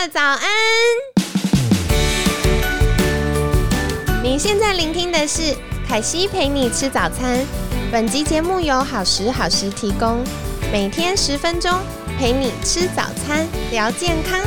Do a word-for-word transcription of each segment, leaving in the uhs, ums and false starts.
家早安！你现在聆听的是凯西陪你吃早餐。本集节目由好时好时提供，每天十分钟陪你吃早餐，聊健康。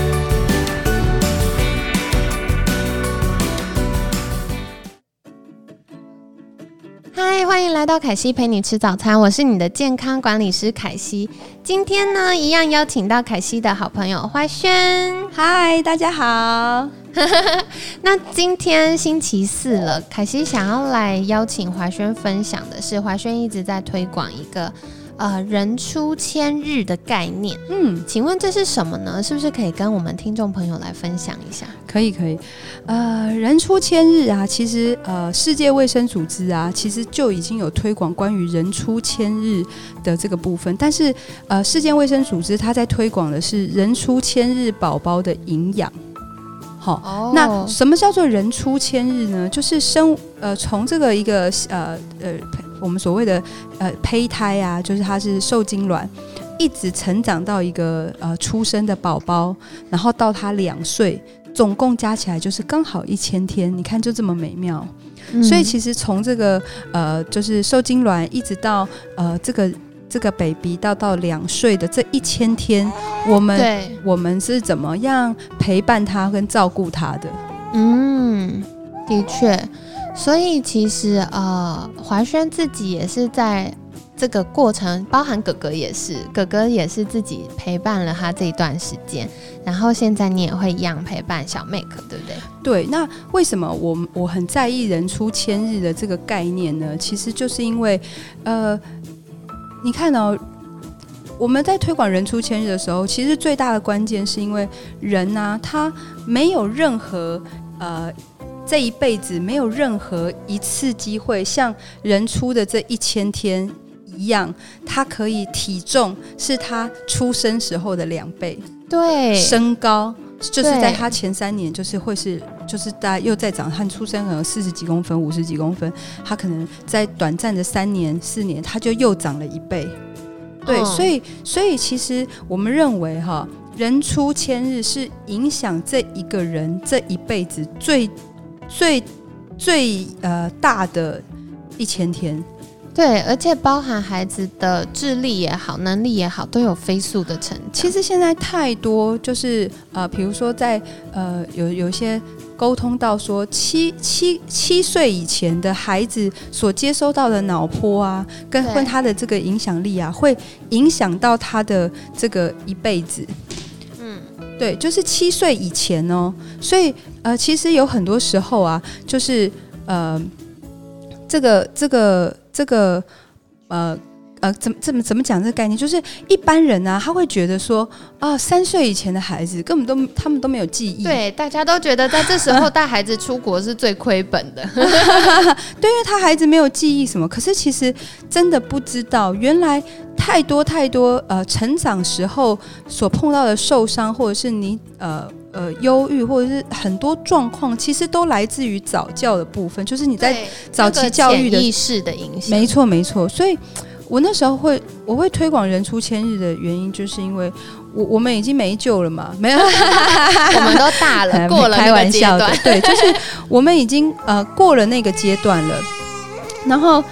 嗨，欢迎来到凯西陪你吃早餐，我是你的健康管理师凯西。今天呢，一样邀请到凯西的好朋友怀萱。 嗨，大家好。 那今天星期四了，凯西想要来邀请怀萱分享的是，怀萱一直在推广一个呃人初千日的概念。嗯，请问这是什么呢？是不是可以跟我们听众朋友来分享一下？ 可以可以，呃，人初千日啊，其实呃，世界卫生组织啊，其实就已经有推广关于人初千日的这个部分，但是呃，世界卫生组织它在推广的是人初千日宝宝的营养。好、哦，那什么叫做人初千日呢？就是生呃从这个一个呃呃我们所谓的呃胚胎啊，就是它是受精卵，一直成长到一个呃出生的宝宝，然后到他两岁，总共加起来就是刚好一千天。你看就这么美妙。嗯、所以其实从这个呃就是受精卵一直到呃这个。这个 baby 到到两岁的这一千天，我们我们是怎么样陪伴他跟照顾他的？ 嗯，的确，所以其实呃，怀萱自己也是在这个过程，包含哥哥也是，哥哥也是自己陪伴了他这一段时间，然后现在你也会一样陪伴小妹可，对不对？ 对，那为什么我我很在意人初千日的这个概念呢？其实就是因为呃。你看哦，我们在推广人初千日的时候，其实最大的关键是因为人啊，他没有任何呃这一辈子没有任何一次机会像人初的这一千天一样，他可以体重是他出生时候的两倍， 对， 身高就是在他前三年就是会是就是大概又在长，他出生可能四十几公分五十几公分，他可能在短暂的三年四年他就又长了一倍。对、哦、所以所以其实我们认为哈，人初千日是影响这一个人这一辈子最最最呃大的一千天。 对，而且包含孩子的智力也好能力也好都有飞速的成长。 其实现在太多就是呃比如说在呃有有一些沟通到说七七七岁以前的孩子所接收到的脑波啊跟跟他的这个影响力啊会影响到他的这个一辈子。嗯，对，就是七岁以前哦。所以呃其实有很多时候啊就是呃这个这个这个呃呃怎么怎么怎么讲这个概念，就是一般人啊他会觉得说啊三岁以前的孩子根本都他们都没有记忆， 对，大家都觉得在这时候带孩子出国是最亏本的对， 因为他孩子没有记忆什么，可是其实真的不知道原来太多太多呃成长时候所碰到的受伤，或者是你呃呃，忧郁或者是很多状况，其实都来自于早教的部分，就是你在早期教育的、 那个、潜意识的影响。 没错，没错。所以我那时候会，我会推广人初千日的原因，就是因为我我们已经没救了嘛，没有， 我们都大了，过了那个阶段， 开玩笑的，对，就是我们已经呃过了那个阶段了，然后。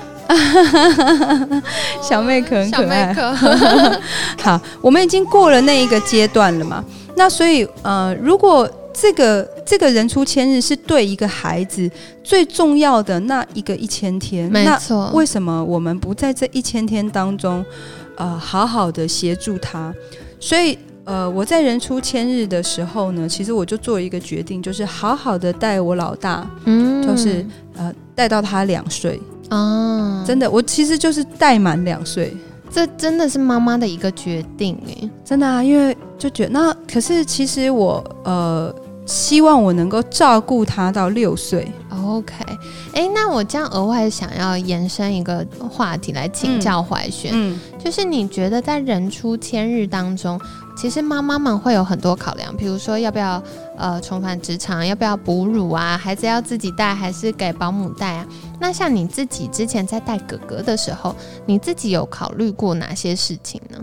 小妹可很可爱， 小妹可好，我们已经过了那一个阶段了嘛？那所以呃，如果这个这个人初千日是对一个孩子最重要的那一个一千天， 没错， 那为什么我们不在这一千天当中，呃，好好的协助他？所以呃，我在人初千日的时候呢，其实我就做了一个决定，就是好好的带我老大，嗯，就是呃带到他两岁。哦，真的，我其实就是带满两岁， 这真的是妈妈的一个决定哎， 真的啊，因为就觉得那可是其实我呃希望我能够照顾他到六岁。 OK， 哎，那我这样额外想要延伸一个话题来请教怀萱，嗯嗯，就是你觉得在人初千日当中，其实妈妈们会有很多考量，比如说要不要呃重返职场，要不要哺乳啊，孩子要自己带还是给保姆带啊？那像你自己之前在带哥哥的时候，你自己有考虑过哪些事情呢？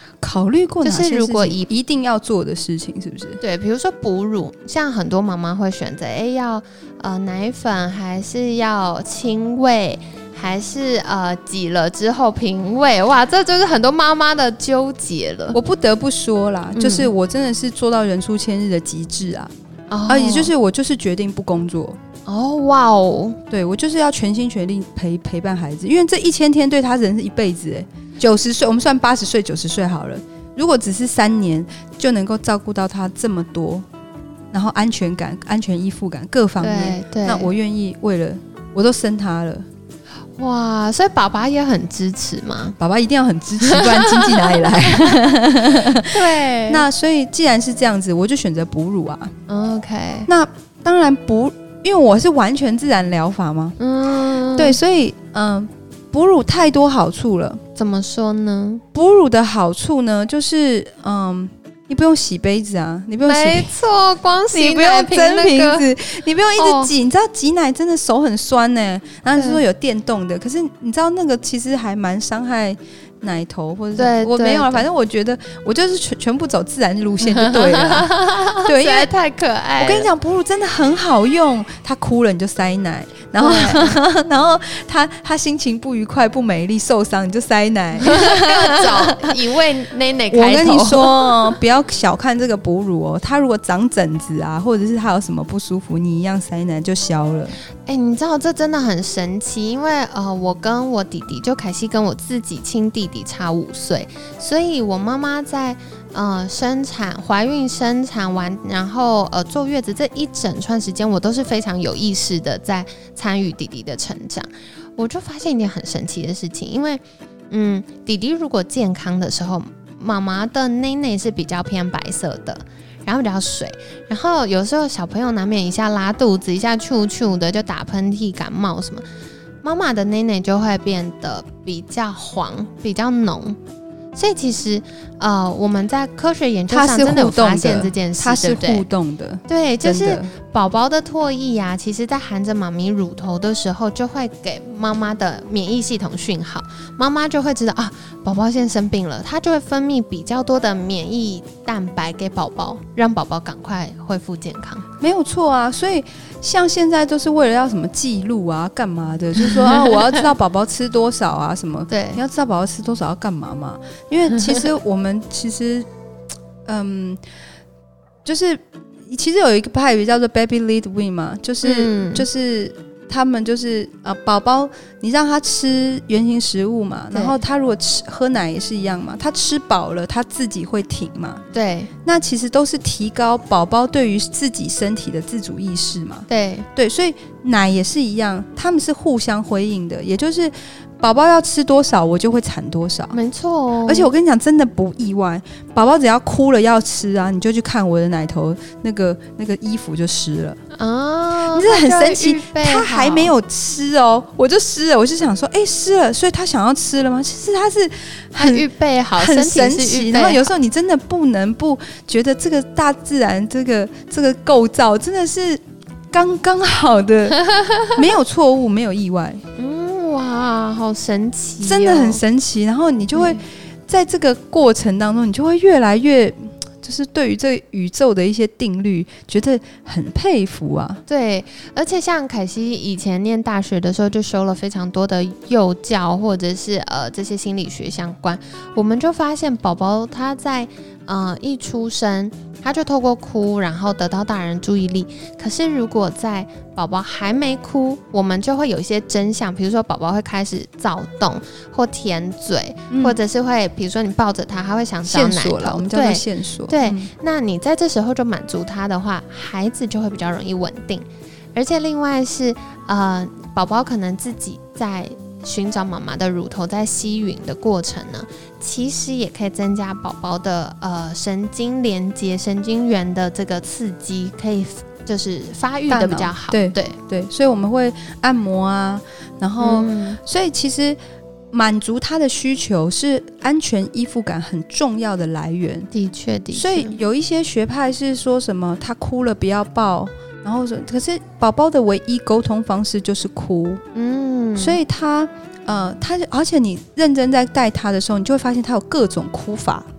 考虑过哪些事情？ 就是如果以一定要做的事情，是不是？ 对，比如说哺乳，像很多妈妈会选择，哎，要呃奶粉还是要亲喂，还是呃挤了之后平喂？哇，这就是很多妈妈的纠结了。 我不得不说啦，嗯、就是我真的是做到人出千日的极致啊！哦、啊，也就是我就是决定不工作。 哦，哇哦， 对，我就是要全心全力陪陪伴孩子，因为这一千天对他人是一辈子哎。九十岁，我们算八十岁、九十岁好了。如果只是三年就能够照顾到他这么多，然后安全感、安全依附感各方面，那我愿意为了我都生他了。 哇，所以爸爸也很支持吗？ 爸爸一定要很支持，不然经济哪里来？ 对， 那所以既然是这样子，我就选择哺乳啊。 OK， 那当然哺，因为我是完全自然疗法嘛。嗯，对，所以嗯、呃，哺乳太多好处了。 怎么说呢？ 哺乳的好处呢，就是嗯，你不用洗杯子啊，你不用洗， 没错，光洗你不用蒸瓶子，你不用一直挤， 哦、 你知道挤奶真的手很酸呢、欸。然后就说有电动的，可是你知道那个其实还蛮伤害奶头，或者是我没有了，反正我觉得我就是全全部走自然路线就对了。对，因为太可爱了。 我跟你讲，哺乳真的很好用，他哭了你就塞奶。然后，然后他他心情不愉快、不美丽、受伤，你就塞奶， 各种以为奶奶开头。 我跟你说，不要小看这个哺乳哦，他如果长疹子啊，或者是他有什么不舒服，你一样塞奶就消了。 哎、欸，你知道这真的很神奇，因为呃，我跟我弟弟，就凯西跟我自己亲弟弟差五岁，所以我妈妈在。呃，生产、怀孕、生产完，然后呃坐月子这一整串时间，我都是非常有意识的在参与弟弟的成长。我就发现一件很神奇的事情，因为嗯，弟弟如果健康的时候，妈妈的内内是比较偏白色的，然后比较水，然后有时候小朋友难免一下拉肚子，一下啾啾的就打喷嚏、感冒什么，妈妈的内内就会变得比较黄、比较浓。所以其实，呃，我们在科学研究上真的有发现这件事， 它是互动的， 对，就是宝宝的唾液啊，其实在含着妈咪乳头的时候，就会给妈妈的免疫系统讯号，妈妈就会知道啊，宝宝现在生病了，它就会分泌比较多的免疫蛋白给宝宝，让宝宝赶快恢复健康。 没有错啊，所以像现在都是为了要什么记录啊，干嘛的？就是说啊，我要知道宝宝吃多少啊，什么？ 对， 你要知道宝宝吃多少要干嘛嘛？因为其实我们其实，嗯，就是其实有一个派别叫做 Baby Lead Wean 嘛，就是、嗯、就是他们就是呃宝宝，你让他吃原型食物嘛，然后他如果吃喝奶也是一样嘛，他吃饱了他自己会停嘛， 对， 那其实都是提高宝宝对于自己身体的自主意识嘛， 对对，所以奶也是一样，他们是互相辉映的，也就是宝宝要吃多少我就会产多少， 没错、哦、 而且我跟你讲真的不意外，宝宝只要哭了要吃啊，你就去看我的奶头那个那个衣服就湿了啊，你真的很神奇，他还没有吃哦我就湿了，我就想说哎湿了，所以他想要吃了吗？其实他是很预备好， 很神奇，然后有时候你你真的不能不觉得这个大自然这个这个构造真的是刚刚好的没有错误没有意外， 嗯哇，好神奇、哦， 真的很神奇。然后你就会在这个过程当中，你就会越来越，就是对于这宇宙的一些定律，觉得很佩服啊。 对，而且像凯西以前念大学的时候，就修了非常多的幼教或者是呃这些心理学相关，我们就发现宝宝他在呃一出生。他就透过哭，然后得到大人注意力。可是如果在宝宝还没哭，我们就会有一些真相，比如说宝宝会开始躁动或舔嘴、嗯、或者是会比如说你抱着他他会想找奶头， 我们叫做线索。 对、嗯、那你在这时候就满足他的话，孩子就会比较容易稳定。而且另外是呃，宝宝可能自己在寻找妈妈的乳头在吸吮的过程呢，其实也可以增加宝宝的呃神经连接、神经元的这个刺激，可以就是发育的比较好。 对对对，所以我们会按摩啊，然后、嗯、所以其实满足他的需求是安全依附感很重要的来源。 的确的确， 所以有一些学派是说什么他哭了不要抱。然后可是宝宝的唯一沟通方式就是哭，嗯，所以他呃他而且你认真在带他的时候，你就会发现他有各种哭法，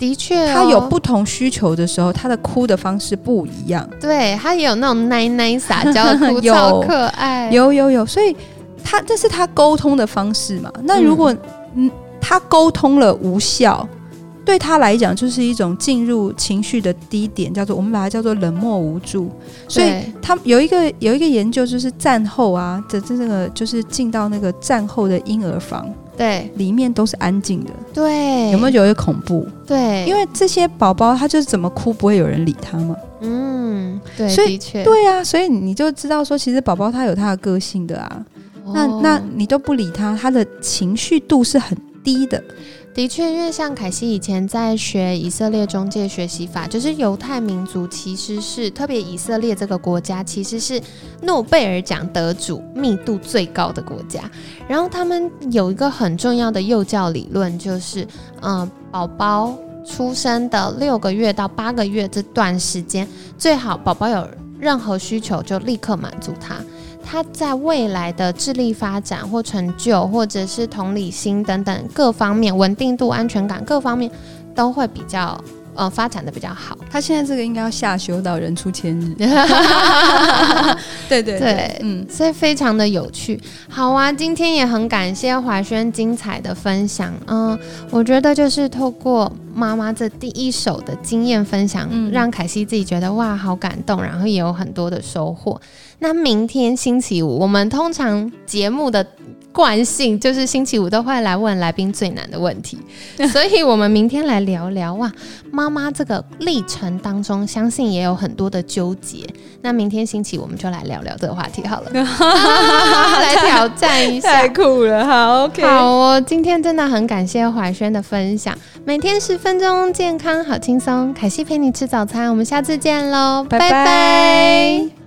的确、哦， 他有不同需求的时候，他的哭的方式不一样。 对，他也有那种奶奶撒娇的哭，超可爱。 有有有，所以他这是他沟通的方式嘛？那如果嗯他沟通了无效，对他来讲就是一种进入情绪的低点，叫做我们把它叫做冷漠无助。所以他有一个有一个研究，就是战后啊的这个就是进到那个战后的婴儿房， 对， 里面都是安静的。 对， 有没有觉得恐怖？ 对，因为这些宝宝他就是怎么哭不会有人理他嘛。 嗯，对， 所以的确， 对啊，所以你就知道说，其实宝宝他有他的个性的啊。哦、那那你都不理他，他的情绪度是很低的。 的确，因为像凯西以前在学以色列中介学习法，就是犹太民族其实是特别以色列这个国家其实是诺贝尔奖得主密度最高的国家，然后他们有一个很重要的幼教理论，就是嗯，宝宝出生的六个月到八个月这段时间，最好宝宝有任何需求就立刻满足他。他在未来的智力发展或成就，或者是同理心等等各方面，稳定度、安全感各方面都会比较呃发展的比较好。 他现在这个应该要下修到人出千日。对对 对, 对，嗯，所以非常的有趣。好啊，今天也很感谢怀萱精彩的分享。嗯，我觉得就是透过妈妈这第一手的经验分享、嗯、让凯西自己觉得哇好感动，然后也有很多的收获。那明天星期五，我们通常节目的惯性就是星期五都会来问来宾最难的问题，所以我们明天来聊聊哇妈妈这个历程当中，相信也有很多的纠结。那明天星期五我们就来聊聊这个话题好了，来挑战一下， 太酷了。好 ，OK， 好哦，今天真的很感谢怀萱的分享，每天十分钟，健康好轻松，凯西陪你吃早餐，我们下次见喽，拜拜。